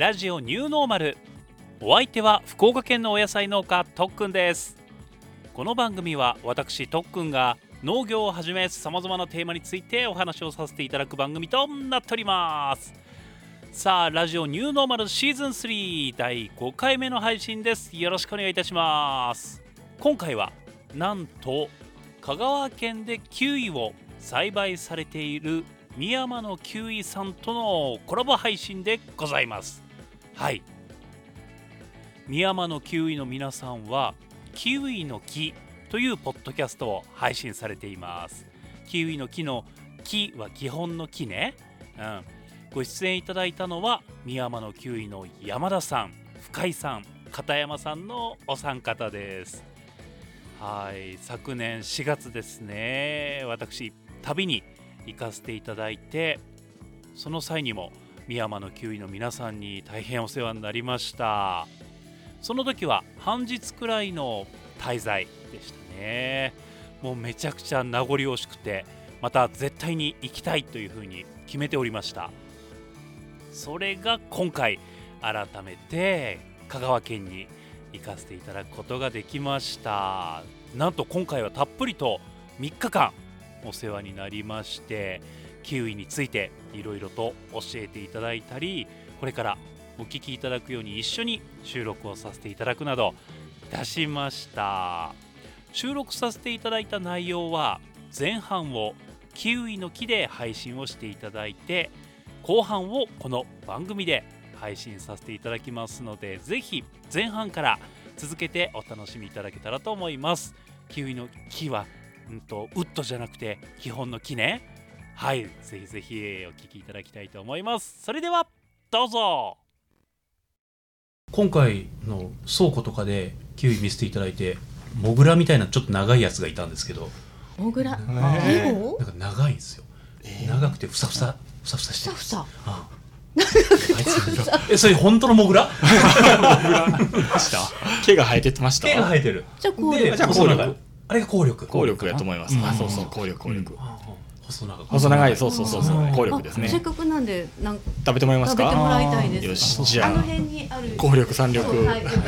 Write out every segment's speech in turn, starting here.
ラジオニューノーマル。お相手は福岡県のお野菜農家とっくんです。この番組は私とっくんが農業をはじめさまざまなテーマについてお話をさせていただく番組となっております。さあ、ラジオニューノーマルシーズン3第5回目の配信です。よろしくお願いいたします。今回はなんと香川県でキウイを栽培されている美山のキウイさんとのコラボ配信でございます。はい、美山のキウイの皆さんはキウイの木というポッドキャストを配信されています。キウイの木の木は基本の木ね、ご出演いただいたのは美山のキウイの山田さん、深井さん、片山さんのお三方です。はい、昨年4月ですね、私旅に行かせていただいて、その際にも美山のキウイの皆さんに大変お世話になりました。その時は半日くらいの滞在でしたね。もうめちゃくちゃ名残惜しくて、また絶対に行きたいというふうに決めておりました。それが今回改めて香川県に行かせていただくことができました。なんと今回はたっぷりと3日間お世話になりまして、キウイについていろいろと教えていただいたり、これからお聞きいただくように一緒に収録をさせていただくなどいたしました。収録させていただいた内容は前半をキウイの木で配信をしていただいて、後半をこの番組で配信させていただきますので、ぜひ前半から続けてお楽しみいただけたらと思います。キウイの木はウッドじゃなくて基本の木ね。はい、ぜひぜひお聞きいただきたいと思います。それではどうぞ。 今回の倉庫とかでキウイ見せていただいて、モグラみたいなちょっと長いやつがいたんですけど、 モグラ、 なんか長いんですよ、長くてふさふさしてる。 ふさそれ本当のモグラ？ 毛が生えてました。 毛が生えてる。 じゃあ効力。あれが効力。 効力やと思います。そうそう、効力。細長い、そう効力ですね。 せっかくなんで食べてもらいますか？ 食べてもらいたいです。 よし、じゃあの辺にある効力3力。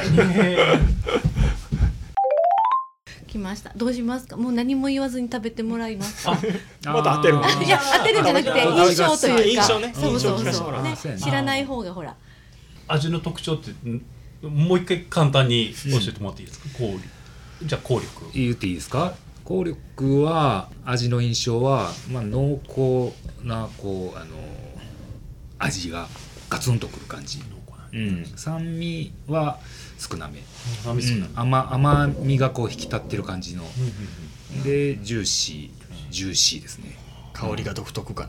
来ました。どうしますか？もう何も言わずに食べてもらいます。 また当てる。 いや、当てるんじゃなくて印象というか。 印象ね。 そうね。知らない方がほら。 味の特徴ってもう一回簡単に教えてもらっていいですか？じゃあ効力言っていいですか？効力は味の印象は、濃厚な味がガツンとくる感じ。酸味は少なめ、甘みが引き立ってる感じの、でジューシーですね。 香りが独特かな。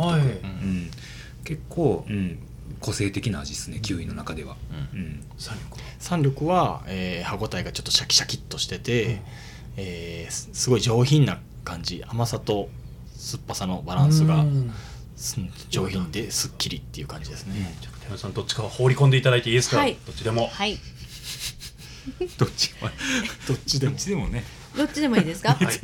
結構、個性的な味ですね、キウイの中では。 酸力は、歯ごたえがちょっとシャキシャキっとしてて、すごい上品な感じ。甘さと酸っぱさのバランスが上品ですっきりっていう感じですね。 じゃあ片山さん、どっちか放り込んでいただいていいですか？ はい、 どっちでも。 はい。 どっちでもね。 どっちでもいいですか？ ちょっ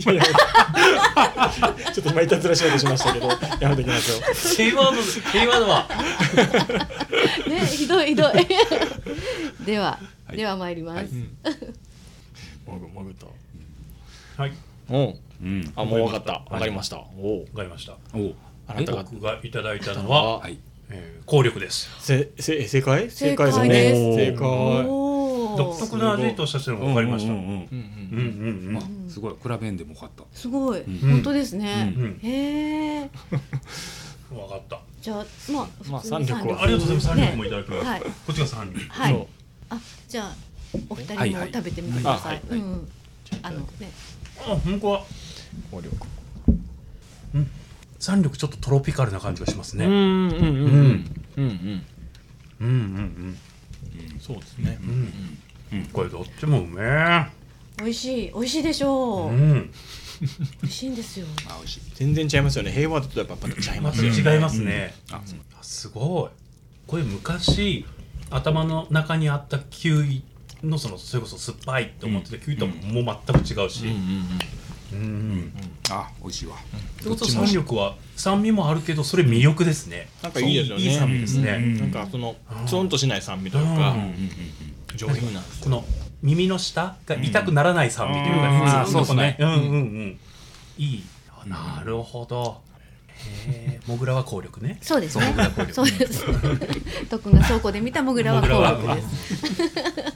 と今いたずらしようとしましたけど、やめておきましょう。 平和だわ。 ね、ひどい。では参ります。 もぐと。 はい。 もう分かった。分かりました。 わかりました。 あなたが僕がいただいたのは効力です。 正解？ 正解ですね。正解。 独特な味としてのが分かりました。 すごい、比べんでも分かった。 すごい、本当ですね。へえ。 分かった。 じゃあ 3力はありがとうございます。3力もいただきます。こっちが3力。 はい。じゃあお二人も食べてみてください。ね。 本当は効力。 3力ちょっとトロピカルな感じがしますね。 そうですね。 これどっちもうめえ。 美味しいでしょう。美味しいんですよ。 美味しい。全然違いますよね。平和だとやっぱ違いますよね。 違いますね。すごい。これ昔頭の中にあったキウイのそれこそ酸っぱいと思ってたキウイともう全く違うし。 あ、美味しいわ。 ちょっと酸力は酸味もあるけどそれ魅力ですね。 なんかいいですよね。 いい酸味ですね。 なんかそのツンとしない酸味というか上品なんですよ。 この耳の下が痛くならない酸味というか、そうですね。いい。なるほど。モグラは効力ね。 そうですね。そうです。とっくんが倉庫で見たモグラは効力です。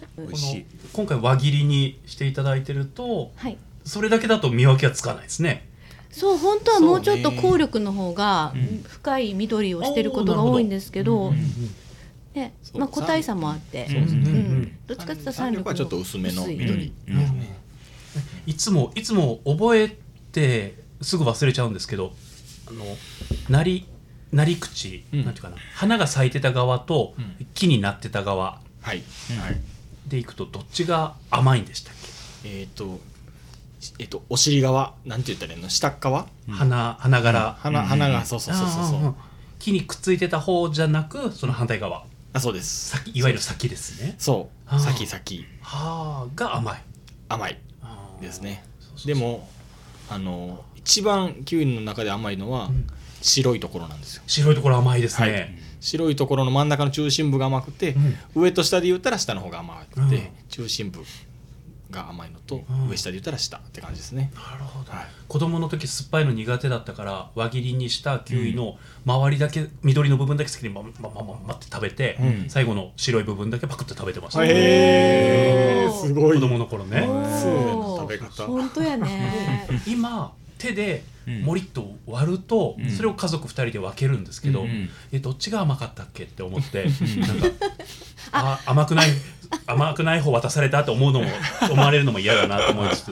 美味しい。 今回輪切りにしていただいてると、それだけだと見分けはつかないですね。 そう本当はもうちょっと効力の方が深い緑をしてることが多いんですけど、ね、まあ個体差もあって、どっちかっていうと酸力はちょっと薄めの緑。 いつも覚えてすぐ忘れちゃうんですけど、なり口、なんていうかな、花が咲いてた側と木になってた側でいくとどっちが甘いんでしたっけ？ お尻側なんて言ったらいいの、下側、 花柄、 花がそう木にくっついてた方じゃなくその反対側。 あ、そうです。 いわゆる先ですね。 そう先が甘いですね。でも一番キウイの中で甘いのは白いところなんですよ。 白いところ甘いですね。 白いところの真ん中の中心部が甘くて、上と下で言ったら下の方が甘くて、中心部が甘いのと、上下で言ったら下って感じですね。 なるほど。子供の時酸っぱいの苦手だったから輪切りにしたキウイの周りだけ、緑の部分だけ好きにって食べて、最後の白い部分だけパクって食べてました。 すごい。 子供の頃ね。 食べ方。 本当やね。 今手でもりっと割ると、それを家族2人で分けるんですけど、どっちが甘かったっけって思って、なんか甘くない方渡されたと思われるのも嫌だなと思いつつ、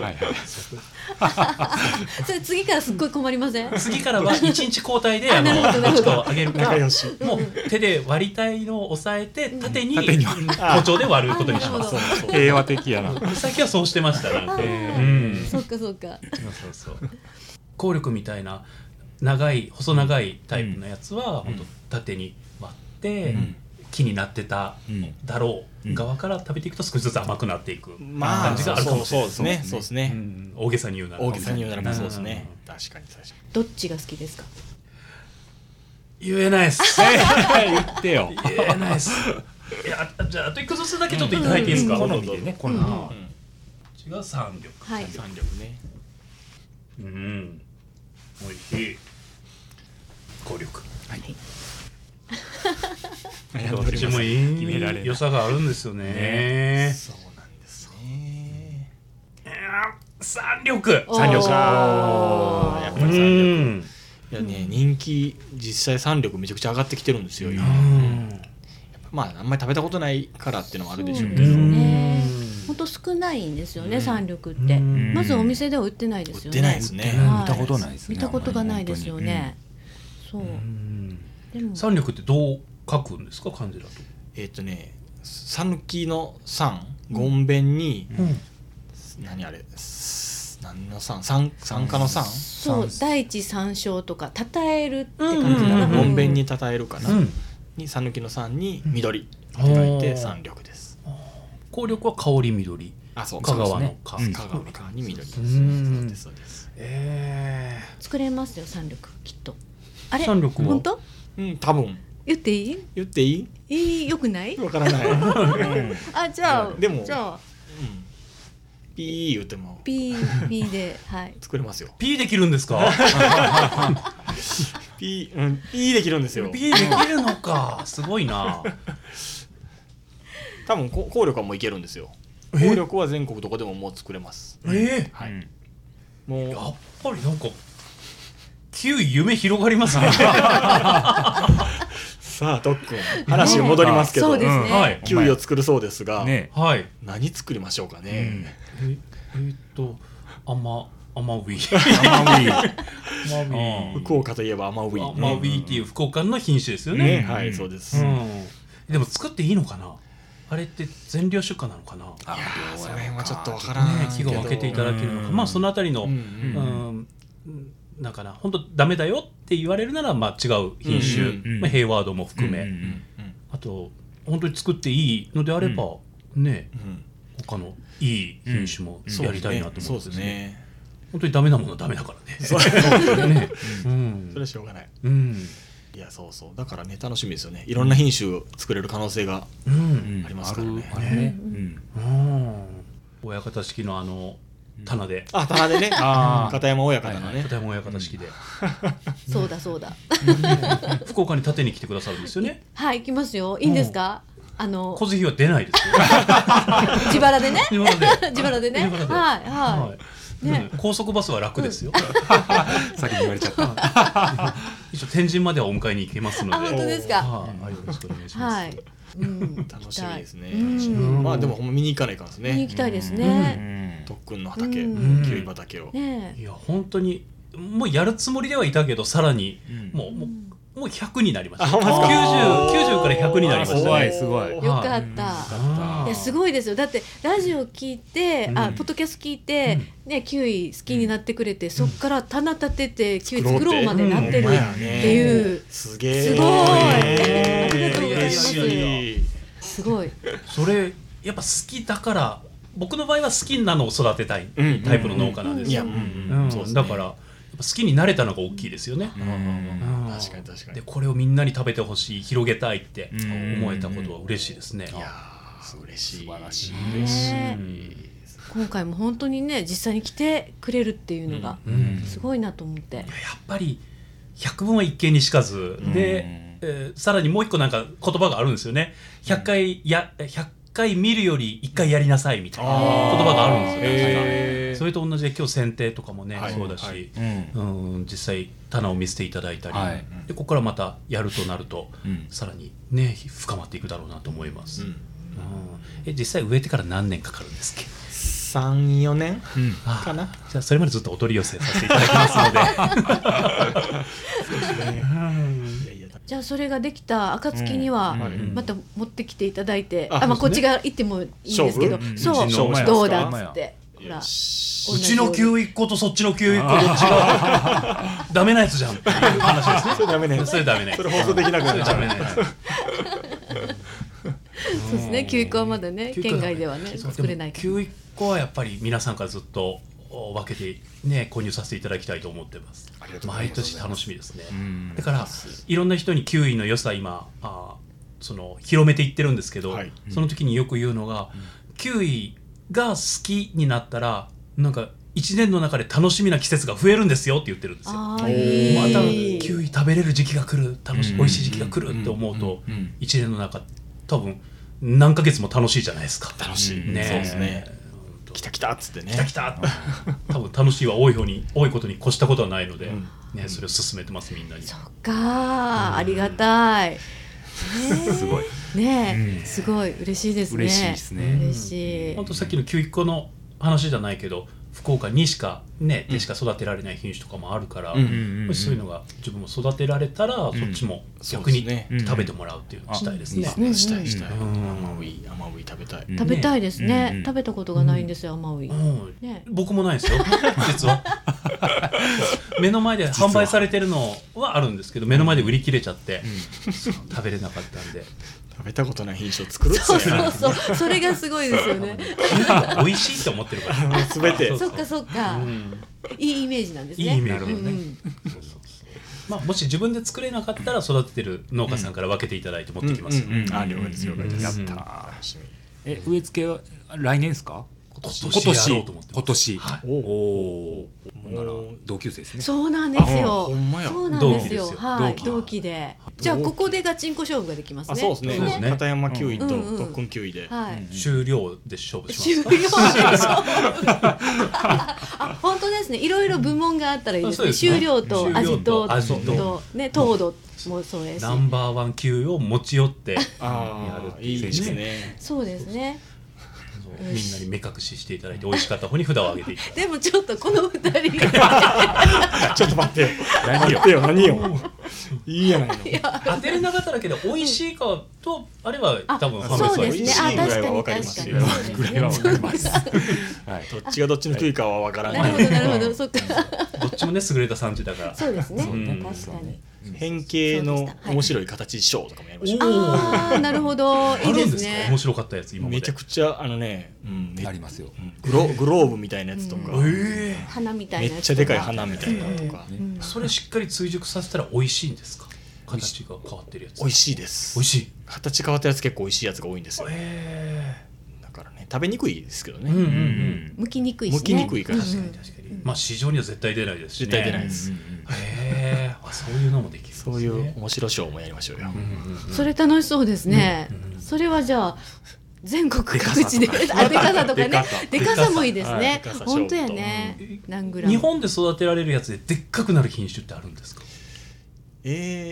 それ次からすっごい困りません？ 次からは1日交代でどっちかをあげるか、もう手で割りたいのを押さえて縦に包丁で割ることにします。 平和的やな。 最近はそうしてました。 そっかそうか。 効力みたいな細長いタイプのやつは本当縦に割って木になってただろう側から食べていくと少しずつ甘くなっていく感じがあるかもしれない。 そうですね。 大げさに言うなら。 そうですね。確かに。 どっちが好きですか？ 言えないです。 言ってよ。 言えないです。じゃああと1個ずつだけちょっといただいていいですか？ 好みでね。この違う酸力。 酸力ね。 おいしい。効力。どっちもいい良さがあるんですよね。 そうなんですね。 酸力。 やっぱり酸力。いやね、人気実際酸力めちゃくちゃ上がってきてるんですよ今。まああんまり食べたことないからっていうのもあるでしょうけど。 本当少ないんですよね、酸力って。まずお店では売ってないですよね。 売ってないですね。 見たことないですね。 見たことがないですよね。そう。 酸力ってどう書くんですか、漢字だと？ 讃岐の酸、ごんべんに何あれ、何の酸、酸化の酸。 そう、第一三章とか称えるって感じかな。 ごんべんに称えるかな。に讃岐の酸に緑って書いて酸力です。 効力は香り緑。香川の香。 香川の香に緑。そうです。 作れますよ、酸力きっと。あれ？ 酸力は本当？ 多分。 言っていい？ 言っていい？ よくない？ わからない。 あ、じゃあでもじゃあピー言ってもピーで作れますよ。 ピーできるんですか？ ピーできるんですよ。 ピーできるのか、すごいな。 多分効力はもういけるんですよ。効力は全国どこでももう作れます。 もうやっぱりなんかキウイ夢広がりますね。 さあとっくん、話が戻りますけど、キウイを作るそうですが、何作りましょうかね。 アマウィ。 福岡といえばアマウィ。 アマウィっていう福岡の品種ですよね。 はい、そうです。 でも作っていいのかな。あれって全量出荷なのかな。 その辺はちょっとわからない。 気が分けていただけるのか。まあそのあたりのなんかな、本当ダメだよって言われるならまあ違う品種、ヘイワードも含め、あと本当に作っていいのであればね、他のいい品種もやりたいなと思うんですね。 本当にダメなものはダメだからね。 そうね、 それはしょうがない。いやそうそう、だからね楽しみですよね。いろんな品種作れる可能性がありますからね。 親方式の棚で、 棚でね、片山親方のね、 片山親方式で、 そうだそうだ。 福岡に立てに来てくださるんですよね。 はい、行きますよ。いいんですか？ 小銭は出ないですよ。 自腹でね。 自腹で。 自腹でね。はいはい。 高速バスは楽ですよ。 先に言われちゃった。 一応天神まではお迎えに行けますので。 本当ですか。 よろしくお願いします。 はい。 楽しみですね。まあでもほんま見に行かないからですね。 見に行きたいですね。 特訓の畑、キウイ畑を。 いや本当にもうやるつもりではいたけど、さらにもう100になりました。90から100になりましたね。 すごい。 よかった。いやすごいですよ。だってラジオ聞いて、ポッドキャスト聞いてね、キウイ好きになってくれて、そっから棚立ててキウイ作ろうまでなってるっていう。 すげえ。 すごい。ありがとうございます。すごい。 それやっぱ好きだから、僕の場合は好きなのを育てたいタイプの農家なんですよ。だから好きになれたのが大きいですよね。 確かに確かに。 でこれをみんなに食べてほしい、広げたいって思えたことは嬉しいですね。 いや嬉しい。素晴らしい。 今回も本当にね、実際に来てくれるっていうのがすごいなと思って。やっぱり百聞は一見にしかずで、さらにもう一個なんか言葉があるんですよね。100回見るより1回やりなさいみたいな言葉があるんですよ。それと同じで今日剪定とかもね、そうだし、実際棚を見せていただいたり、でここからまたやるとなると、さらにね深まっていくだろうなと思います。実際植えてから何年かかるんですっけ ？3、4年かな。 じゃあそれまでずっとお取り寄せさせていただきますので。 じゃあそれができた暁にはまた持ってきていただいて、こっちが行ってもいいんですけど、そうどうだっつって、ほらうちの9一個とそっちの9一個どっちがダメなやつじゃんっていう話ですね。それダメね。それダメね。 それ放送できなくなる。 ダメね。 そうですね。9一個はまだね県外ではね作れないから。 9一個はやっぱり皆さんからずっと分けてね購入させていただきたいと思ってます。毎年楽しみですね。だからいろんな人にキウイの良さ今その広めていってるんですけど、その時によく言うのが、キウイが好きになったらなんか1年の中で楽しみな季節が増えるんですよって言ってるんですよ。またキウイ食べれる時期が来る、美味しい時期が来るって思うと、1年の中多分何ヶ月も楽しいじゃないですか。 楽しいね。そうですね。来た来たっつってね。 来た来た。多分楽しいは多いことに越したことはないので、ねそれを進めてますみんなに。 そっか、ありがたい。 すごい。 ねすごい嬉しいですね。 嬉しいですね。 嬉しい。 本当さっきの9一個の話じゃないけど、福岡にしかねでしか育てられない品種とかもあるから、もしそういうのが自分も育てられたら、そっちも逆に食べてもらうっていうのをしたいですね。 したい。甘ウイ食べたい。 食べたいですね。食べたことがないんですよ、甘ウイ。 僕もないですよ実は。目の前で販売されてるのはあるんですけど、目の前で売り切れちゃって食べれなかったんで。 食べたことない品種を作るってそれがすごいですよね。 美味しいって思ってるから全て。 そっかそっか、いいイメージなんですね。 いいイメージね。まあもし自分で作れなかったら育ててる農家さんから分けていただいて持ってきますよ。 了解です了解です。 やった。植え付けは来年ですか？ 今年やろうと思って今年。おお。なら同級生ですね。 そうなんですよ。そうなんですよ。 はい。 同期で。じゃあここでガチンコ勝負ができますね。 そうですね。片山キウイと特訓キウイで終了で勝負します。 終了で勝負。本当ですね。いろいろ部門があったらいいですね。終了と味とね糖度もそうです。 ナンバーワンキウイを持ち寄ってやる。 いいですね。 そうですね。 みんなに目隠ししていただいて美味しかった方に札を上げていただいて。 でもちょっとこの2人がちょっと待ってよ。何よ。いいやないの。 当てれなかっただけで美味しいかとあれは多分そうですね。 確かに確かに。 ぐらいは分かります。 どっちがどっちのキウイかは分からない。 なるほどそっか。 どっちもね優れた産地だから。 そうですね。確かに。 変形の面白い形ショーとかもやりましょう。 ああなるほど、いいですね。 面白かったやつ今までめちゃくちゃありますよ。 グローブみたいなやつとか、 花みたいなやつとか、 めっちゃでかい花みたいなのとか、 それしっかり追熟させたら美味しいんですか？形が変わってるやつ。 美味しいです。 美味しい。 形変わったやつ結構美味しいやつが多いんですよ。だからね、食べにくいですけどね。 剥きにくいしね。 剥きにくいから。 確かに。まあ市場には絶対出ないですしね。 絶対出ないです。 そういうのもできる。 そういう面白ショーもやりましょうよ。 それ楽しそうですね。それはじゃあ全国各地で、でかさとかね、でかさもいいですね。本当やね。何グラム。 日本で育てられるやつででっかくなる品種ってあるんですか？ や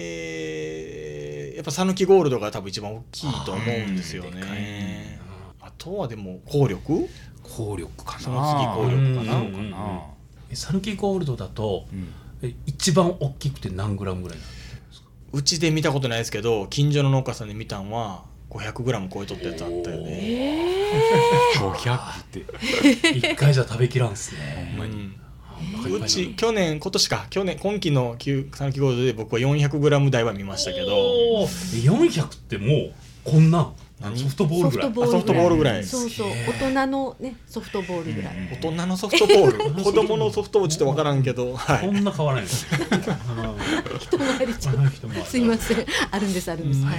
っぱ讃岐ゴールドが多分一番大きいと思うんですよね。あとはでも紅緑かな。 その次紅緑かな。 讃岐ゴールドだと一番大きくて何グラムぐらいなんですか？ うちで見たことないですけど、近所の農家さんで見たんは500グラム超えとったやつあったよね。 500って一回じゃ食べきらんすね。ほんまに。 うち今期の讃岐ゴールドで僕は400グラム台は見ましたけど、 400ってもうこんなソフトボールぐらい。 ソフトボールぐらい。 そうそう、大人のねソフトボールぐらい。 大人のソフトボール、子供のソフトボールちょっとわからんけど、 こんな変わらないですよ。 一回りちょっとすいません、あるんです。はい。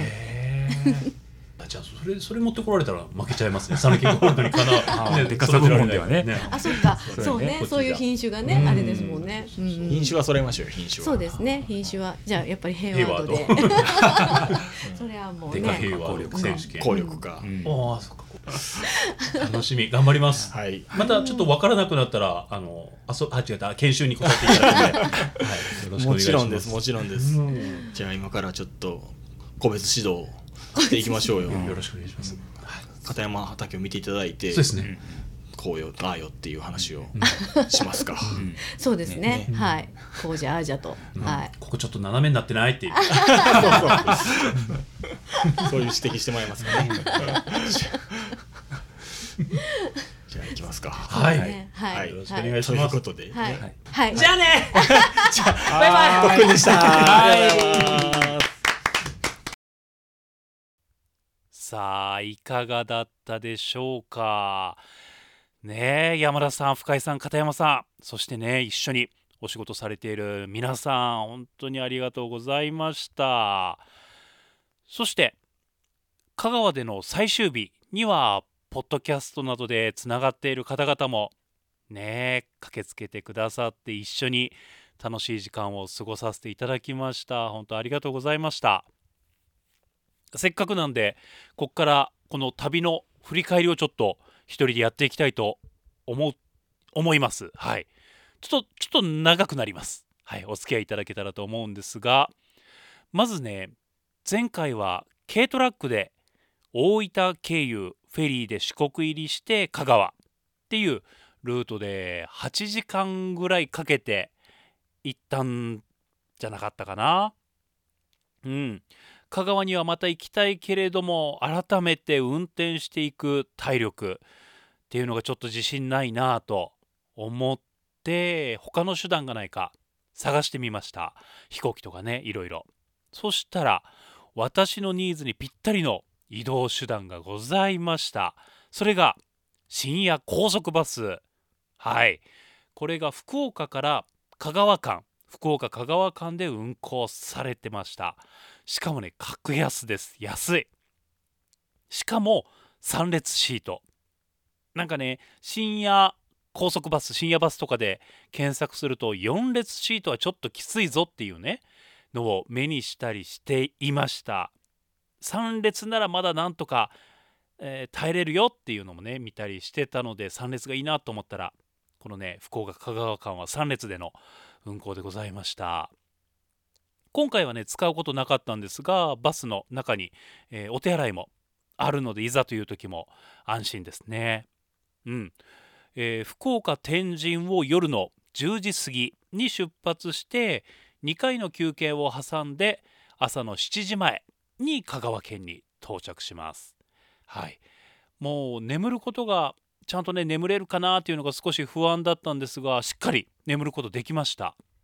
じゃあそれ持ってこられたら負けちゃいますね。讃岐ゴールドにかな。 でかさ部門ではね。 あ、そっか。そうね。そういう品種がね、あれですもんね。 品種は揃えましょうよ。品種は。 そうですね。品種はじゃあやっぱり平和度で。それはもうね。 でか平和選手権。 効力か。 ああ、そっか。楽しみ、頑張ります。 はい。 またちょっと分からなくなったら違った研修に来させていただいて、よろしくお願いします。 もちろんです。じゃあ今からちょっと個別指導していきましょうよ。 よろしくお願いします。 片山畑を見ていただいて、 そうですね。 こうよああよっていう話をしますか。 そうですね。はい。こうじゃああじゃと。はい。 ここちょっと斜めになってないっていう。 そういう指摘してもらえますかね。じゃあ行きますか。 はい。 よろしくお願いします。 ということで。 はい。 じゃあね。 バイバイ。 特訓でした。 さあいかがだったでしょうかね。山田さん、深井さん、片山さん、そしてね一緒にお仕事されている皆さん、本当にありがとうございました。そして香川での最終日にはポッドキャストなどでつながっている方々もね駆けつけてくださって、一緒に楽しい時間を過ごさせていただきました。本当ありがとうございました。せっかくなんでここからこの旅の振り返りをちょっと一人でやっていきたいと思います。はい、ちょっと長くなります。はい、お付き合いいただけたらと思うんですが、まずね、前回は軽トラックで大分経由フェリーで四国入りして香川っていうルートで8時間ぐらいかけて行ったんじゃなかったかな。香川にはまた行きたいけれども、改めて運転していく体力っていうのがちょっと自信ないなと思って、他の手段がないか探してみました。飛行機とかね、いろいろ。そしたら私のニーズにぴったりの移動手段がございました。それが深夜高速バス。はい、これが福岡から香川間、福岡香川間で運行されてました。しかもね、格安です。安い。しかも3列シート。なんかね、深夜高速バス、深夜バスとかで検索すると4列シートはちょっときついぞっていうねのを目にしたりしていました。3列ならまだなんとか、耐えれるよっていうのもね見たりしてたので、3列がいいなと思ったら、このね福岡香川間は3列での運行でございました。今回はね使うことなかったんですが、バスの中に、お手洗いもあるので、いざという時も安心ですね。福岡天神を夜の10時過ぎに出発して2回の休憩を挟んで朝の7時前に香川県に到着します。はい、もう眠ることがちゃんとね眠れるかなというのが少し不安だったんですが、しっかり眠ることできました。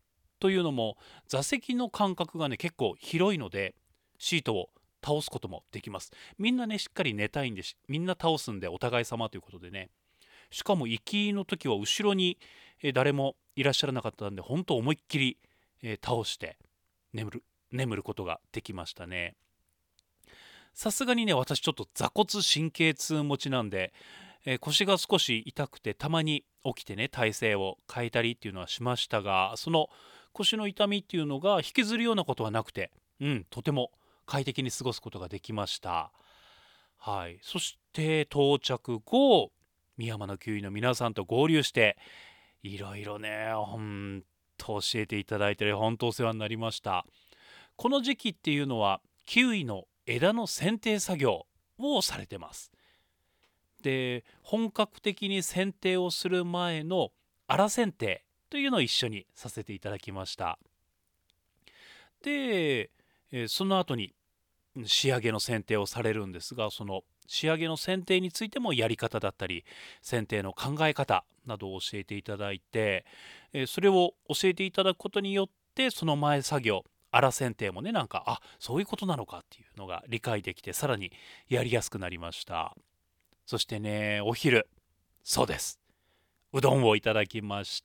というのも座席の間隔がね結構広いのでシートを倒すこともできます。みんなねしっかり寝たいんでみんな倒すんでお互い様ということでね。しかも行きの時は後ろに誰もいらっしゃらなかったんで本当思いっきり倒して眠ることができましたね。さすがにね私ちょっと坐骨神経痛持ちなんで、腰が少し痛くてたまに起きてね体勢を変えたりっていうのはしましたが、その腰の痛みっていうのが引きずるようなことはなくて、とても快適に過ごすことができました。はい、そして到着後美山の9位の皆さんと合流していろいろね本当教えていただいて本当お世話になりました。この時期っていうのはキウイの枝の剪定作業をされてます。で本格的に剪定をする前の粗剪定というのを一緒にさせていただきました。でその後に仕上げの剪定をされるんですが、その仕上げの剪定についてもやり方だったり剪定の考え方などを教えていただいて、それを教えていただくことによってその前作業粗剪定もねそういうことなのかっていうのが理解できてさらにやりやすくなりました。そしてねお昼、そうですうどんをいただきました。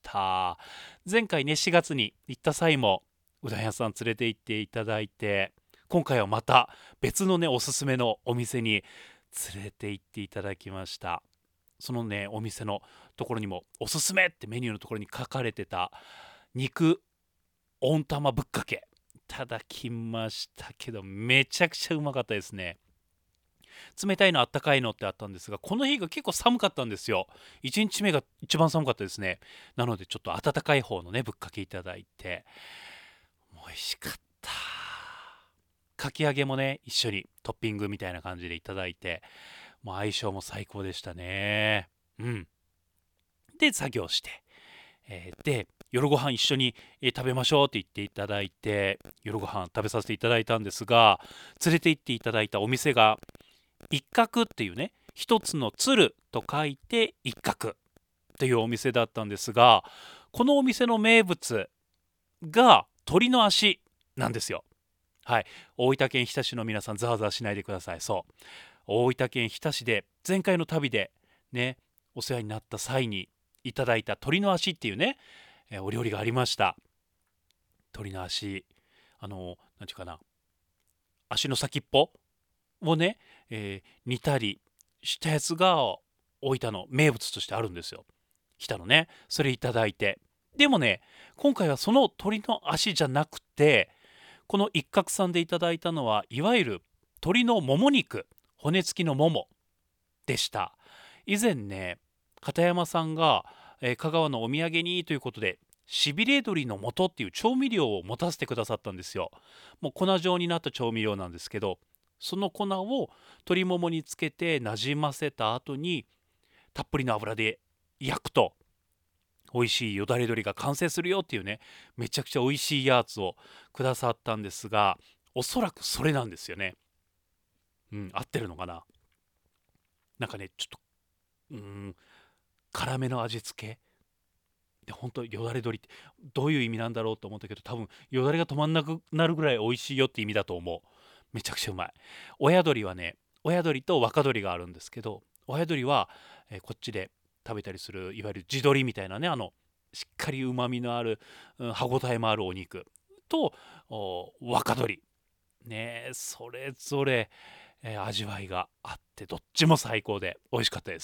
前回ね4月に行った際もうどん屋さん連れて行っていただいて、今回はまた別のねおすすめのお店に連れて行っていただきました。そのねお店のところにもおすすめってメニューのところに書かれてた肉温玉ぶっかけいただきましたけど、めちゃくちゃうまかったですね。冷たいのあったかいのってあったんですが、この日が結構寒かったんですよ。1日目が一番寒かったですね。なのでちょっと温かい方のねぶっかけいただいて美味しかった。かき揚げもね一緒にトッピングみたいな感じでいただいて、もう相性も最高でしたね。で作業して、で夜ご飯一緒に食べましょうって言っていただいて夜ご飯食べさせていただいたんですが、連れて行っていただいたお店が一角っていうね、一つの鶴と書いて一角というお店だったんですが、このお店の名物が鶏の足なんですよ。はい、大分県日田市の皆さんざわざわしないでください。そう大分県日田市で前回の旅でねお世話になった際にいただいた鶏の足っていうね、お料理がありました。鶏の足なんていうかな、足の先っぽをね、煮たりしたやつが大分の名物としてあるんですよ。日田のねそれいただいて、でもね今回はその鶏の足じゃなくてこの一角さんでいただいたのはいわゆる鶏のもも肉、骨付きのももでした。以前ね片山さんが、香川のお土産にということでしびれ鶏の素っていう調味料を持たせてくださったんですよ。もう粉状になった調味料なんですけど、その粉を鶏ももにつけてなじませた後にたっぷりの油で焼くと美味しいよだれ鶏が完成するよっていうね、めちゃくちゃ美味しいやつをくださったんですが、おそらくそれなんですよね。合ってるのかな。なんかねちょっと辛めの味付けで、本当よだれ鶏ってどういう意味なんだろうと思ったけど、多分よだれが止まんなくなるぐらい美味しいよって意味だと思う。めちゃくちゃうまい。親鶏はね親鶏と若鶏があるんですけど、親鶏は、こっちで食べたりするいわゆる地鶏みたいなねしっかりうまみのある、歯ごたえもあるお肉と若鶏ね、それぞれ、味わいがあってどっちも最高で美味しかったです。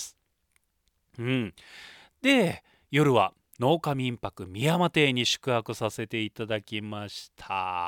で夜は農家民泊美山邸に宿泊させていただきました。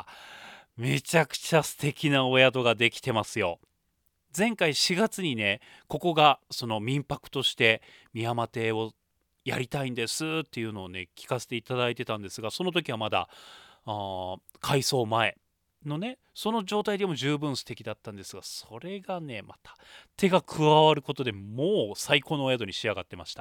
めちゃくちゃ素敵なお宿ができてますよ。前回4月にねここがその民泊として美山邸をやりたいんですっていうのをね聞かせていただいてたんですが、その時はまだ改装前のねその状態でも十分素敵だったんですが、それがねまた手が加わることでもう最高のお宿に仕上がってました。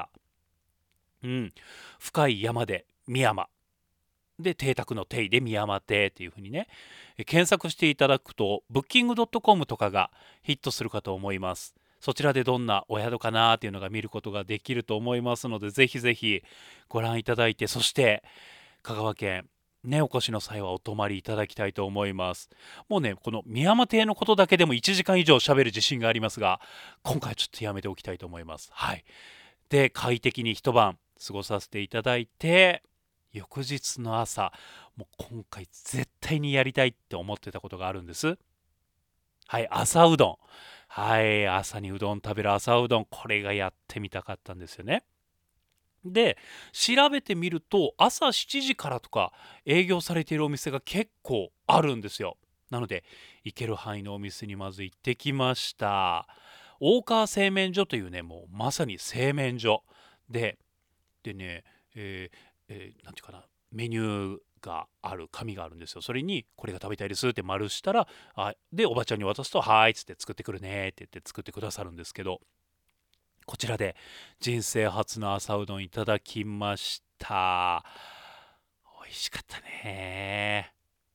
深い山で美山で邸宅の邸で美山邸っていう風にね検索していただくとブッキング .com とかがヒットするかと思います。そちらでどんなお宿かなっていうのが見ることができると思いますので、ぜひぜひご覧いただいて、そして香川県ね、お越しの際はお泊まりいただきたいと思います。もうね、この宮山邸のことだけでも1時間以上喋る自信がありますが、今回ちょっとやめておきたいと思います。はい。で、快適に一晩過ごさせていただいて、翌日の朝、もう今回絶対にやりたいって思ってたことがあるんです。はい、朝うどん。はい、朝にうどん食べる朝うどん、これがやってみたかったんですよね。で、調べてみると朝7時からとか営業されているお店が結構あるんですよ。なので行ける範囲のお店にまず行ってきました。大川製麺所というね、もうまさに製麺所でね、なんていうかな、メニューがある紙があるんですよ。それにこれが食べたいですって丸したら、でおばちゃんに渡すと、はいっつって作ってくるねって言って作ってくださるんですけど、こちらで人生初の朝うどんいただきました。美味しかったね。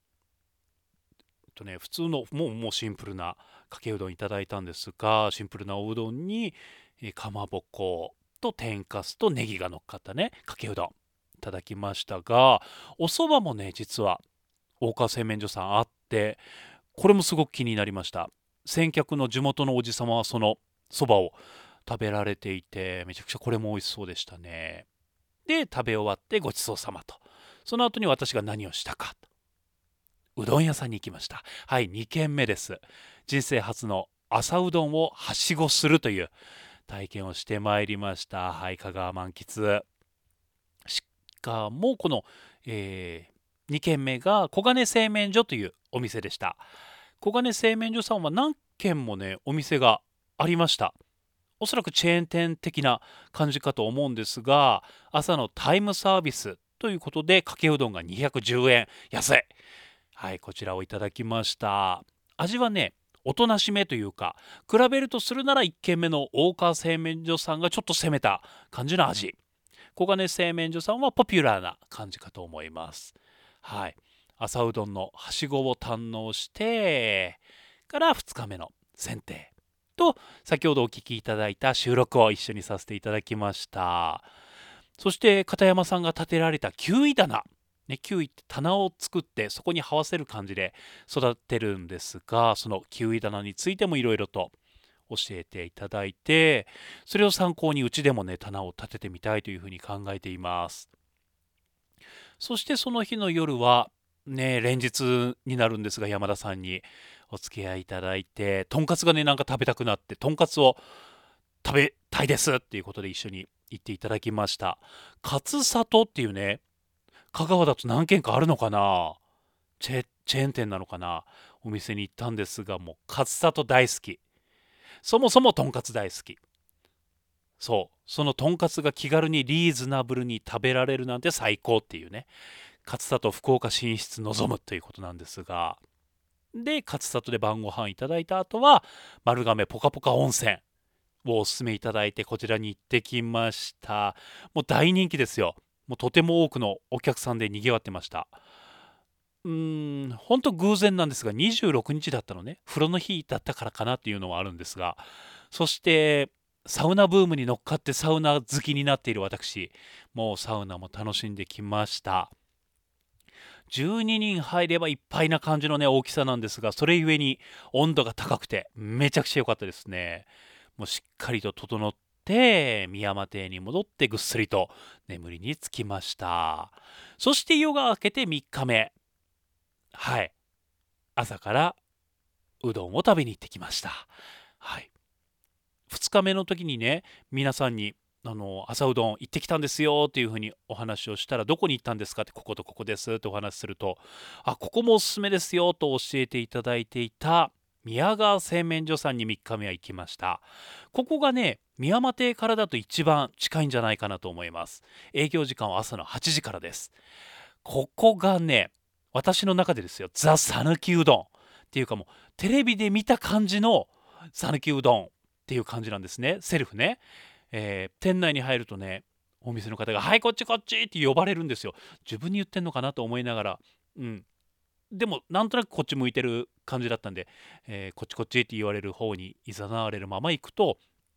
普通のもうシンプルなかけうどんいただいたんですが、シンプルなおうどんにかまぼこと天かすとネギが乗っかったねかけうどんいただきましたが、お蕎麦もね実は大川製麺所さんあって、これもすごく気になりました。先客の地元のおじさまはその蕎麦を食べられていて、めちゃくちゃこれも美味しそうでしたね。で食べ終わってごちそうさまと、その後に私が何をしたかと、うどん屋さんに行きました。はい、2軒目です。人生初の朝うどんをはしごするという体験をしてまいりました。はい、香川満喫。しかもこの、2軒目が小金製麺所というお店でした。小金製麺所さんは何軒もねお店がありました。おそらくチェーン店的な感じかと思うんですが、朝のタイムサービスということでかけうどんが210円、安い。はい、こちらをいただきました。味はねおとなしめというか、比べるとするなら1軒目の大川製麺所さんがちょっと攻めた感じの味、小金製麺所さんはポピュラーな感じかと思います。はい、朝うどんのはしごを堪能してから2日目の選定と、先ほどお聞きいただいた収録を一緒にさせていただきました。そして片山さんが建てられたキウイ棚、キウイって棚を作ってそこに這わせる感じで育てるんですが、そのキウイ棚についてもいろいろと教えていただいて、それを参考にうちでもね棚を建ててみたいというふうに考えています。そしてその日の夜はね、連日になるんですが山田さんにお付き合いいただいて、とんかつがねなんか食べたくなって、とんかつを食べたいですっていうことで一緒に行っていただきました。かつさとっていうね、香川だと何軒かあるのかな、チェーン店なのかな、お店に行ったんですが、もうかつさと大好き。そもそもとんかつ大好き。そのとんかつが気軽にリーズナブルに食べられるなんて最高っていうね、勝里福岡進出望むということなんですが、で勝里で晩ご飯いただいた後は丸亀ポカポカ温泉をおすすめいただいて、こちらに行ってきました。もう大人気ですよ。もうとても多くのお客さんでにぎわってました。本当偶然なんですが26日だったのね、風呂の日だったからかなっていうのはあるんですが、そしてサウナブームに乗っかってサウナ好きになっている私、もうサウナも楽しんできました。12人入ればいっぱいな感じのね大きさなんですが、それゆえに温度が高くてめちゃくちゃ良かったですね。もうしっかりと整って深山邸に戻ってぐっすりと眠りにつきました。そして夜が明けて3日目、はい、朝からうどんを食べに行ってきました。はい、2日目の時にね皆さんに朝うどん行ってきたんですよっていうふうにお話をしたら、どこに行ったんですかって、こことここですってお話しすると、ここもおすすめですよと教えていただいていた宮川製麺所さんに3日目は行きました。ここがね宮山邸からだと一番近いんじゃないかなと思います。営業時間は朝の8時からです。ここがね私の中でですよ、ザ・讃岐うどんっていうか、もうテレビで見た感じの讃岐うどんっていう感じなんですね。セルフね、店内に入るとねお店の方が「はいこっちこっち」って呼ばれるんですよ。自分に言ってんのかなと思いながら、でもなんとなくこっち向いてる感じだったんで、こっちこっちって言われる方に誘われるまま行くと、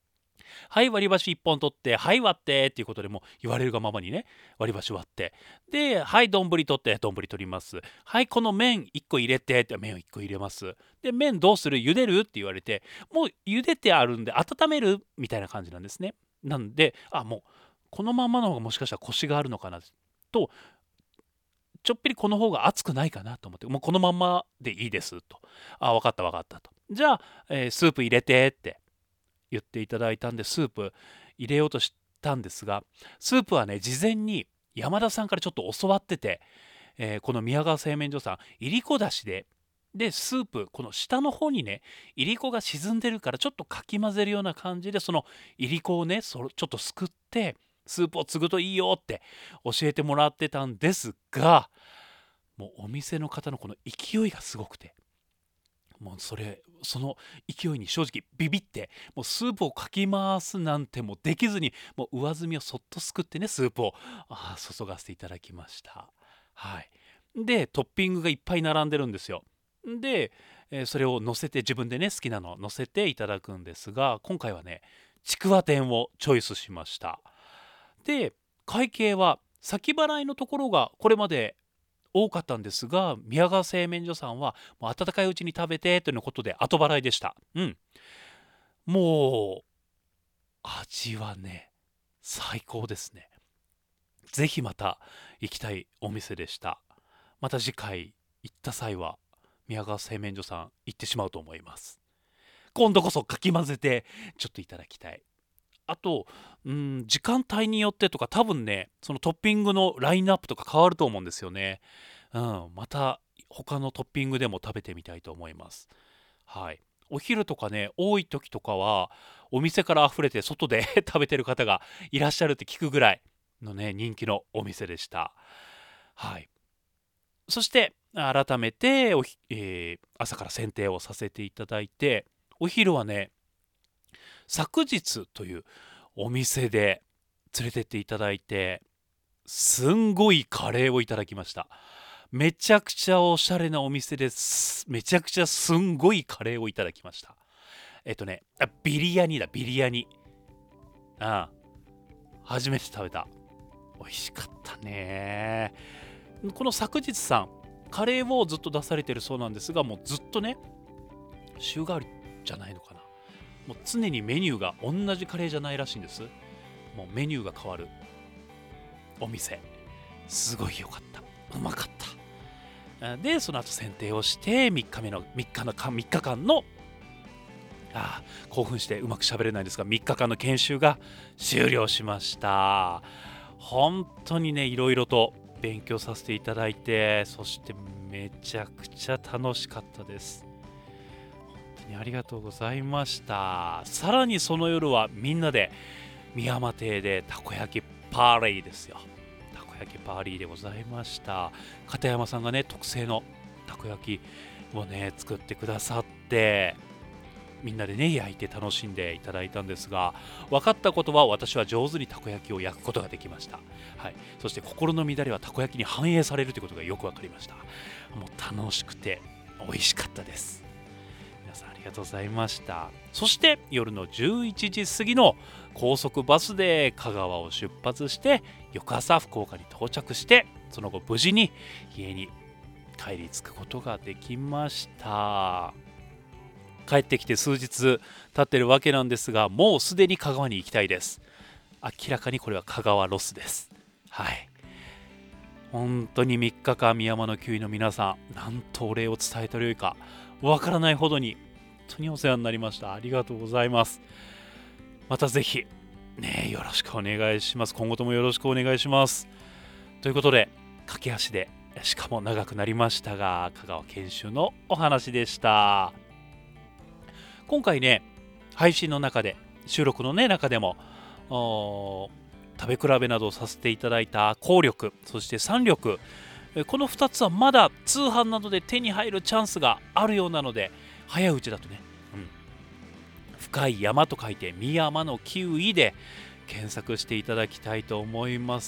はい、割り箸1本取って、はい、割ってっていうことでもう言われるがままにね、割り箸割って、で、はい、丼取って、丼取ります。はい、この麺1個入れてって、麺を1個入れます。で、麺どうする？茹でるって言われて、もう茹でてあるんで温めるみたいな感じなんですね。なんで、もうこのままの方がもしかしたらコシがあるのかなと、ちょっぴりこの方が熱くないかなと思って、もうこのまんまでいいですと。分かった分かったと。じゃあ、スープ入れてって言っていただいたんで、スープ入れようとしたんですが、スープはね、事前に山田さんからちょっと教わってて、この宮川製麺所さん、いりこだしで、スープ、この下の方にね、いりこが沈んでるから、ちょっとかき混ぜるような感じで、そのいりこをね、ちょっとすくって、スープを継ぐといいよって教えてもらってたんですが、もうお店の方のこの勢いがすごくて、もうその勢いに正直ビビって、もうスープをかき回すなんてもできずに、もう上澄みをそっとすくってね、スープを注がせていただきました。はい。で、トッピングがいっぱい並んでるんですよ。で、それを乗せて、自分でね好きなのを乗せていただくんですが、今回はね、ちくわ天をチョイスしました。で、会計は先払いのところがこれまで多かったんですが、宮川製麺所さんはもう温かいうちに食べてということで後払いでした。もう味はね、最高ですね。ぜひまた行きたいお店でした。また次回行った際は宮川製麺所さん行ってしまうと思います。今度こそかき混ぜてちょっといただきたい。あと、時間帯によってとか、多分ね、そのトッピングのラインナップとか変わると思うんですよね。また他のトッピングでも食べてみたいと思います。はい。お昼とかね、多い時とかはお店から溢れて外で食べてる方がいらっしゃるって聞くぐらいのね、人気のお店でした。はい。そして改めて朝から選定をさせていただいて、お昼はね、昨日というお店で連れてっていただいて、すんごいカレーをいただきました。めちゃくちゃおしゃれなお店です。めちゃくちゃすんごいカレーをいただきました。ビリヤニだ、ビリヤニ。初めて食べた。美味しかったね。この昨日さん、カレーをずっと出されてるそうなんですが、もうずっとね、週替わりじゃないのかな。もう常にメニューが同じカレーじゃないらしいんです。もうメニューが変わるお店。すごい良かった。うまかった。で、その後選定をして3日間の興奮してうまく喋れないんですが、3日間の研修が終了しました。本当にね、いろいろと勉強させていただいて、そしてめちゃくちゃ楽しかったです。ありがとうございました。さらにその夜はみんなで美山亭でたこ焼きパーレーですよ。たこ焼きパーリーでございました。片山さんがね、特製のたこ焼きをね作ってくださって、みんなでね焼いて楽しんでいただいたんですが、分かったことは、私は上手にたこ焼きを焼くことができました。はい。そして心の乱れはたこ焼きに反映されるということがよく分かりました。もう楽しくて美味しかったです。皆さんありがとうございました。そして夜の11時過ぎの高速バスで香川を出発して、翌朝福岡に到着して、その後無事に家に帰り着くことができました。帰ってきて数日経ってるわけなんですが、もうすでに香川に行きたいです。明らかにこれは香川ロスです。はい。本当に3日間、宮山のキウイの皆さん、なんとお礼を伝えたらよいかわからないほどに本当にお世話になりました。ありがとうございます。またぜひね、よろしくお願いします。今後ともよろしくお願いします。ということで、駆け足でしかも長くなりましたが、香川研修のお話でした。今回ね、配信の中で、収録のね中でも食べ比べなどをさせていただいた紅緑、そして三緑、この2つはまだ通販などで手に入るチャンスがあるようなので、早いうちだとね、深い山と書いて美山のキウイで検索していただきたいと思います。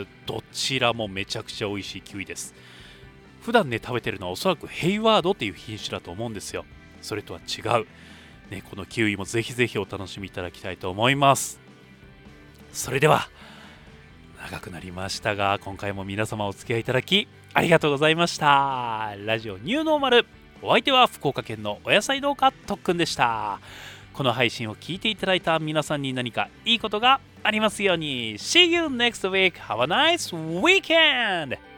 どちらもめちゃくちゃ美味しいキウイです。普段ね食べてるのはおそらくヘイワードっていう品種だと思うんですよ。それとは違うね、このキウイもぜひぜひお楽しみいただきたいと思います。それでは長くなりましたが、今回も皆様お付き合いいただきありがとうございました。ラジオニューノーマル、お相手は福岡県のお野菜農家特訓でした。この配信を聞いていただいた皆さんに何かいいことがありますように。See you next week. Have a nice weekend!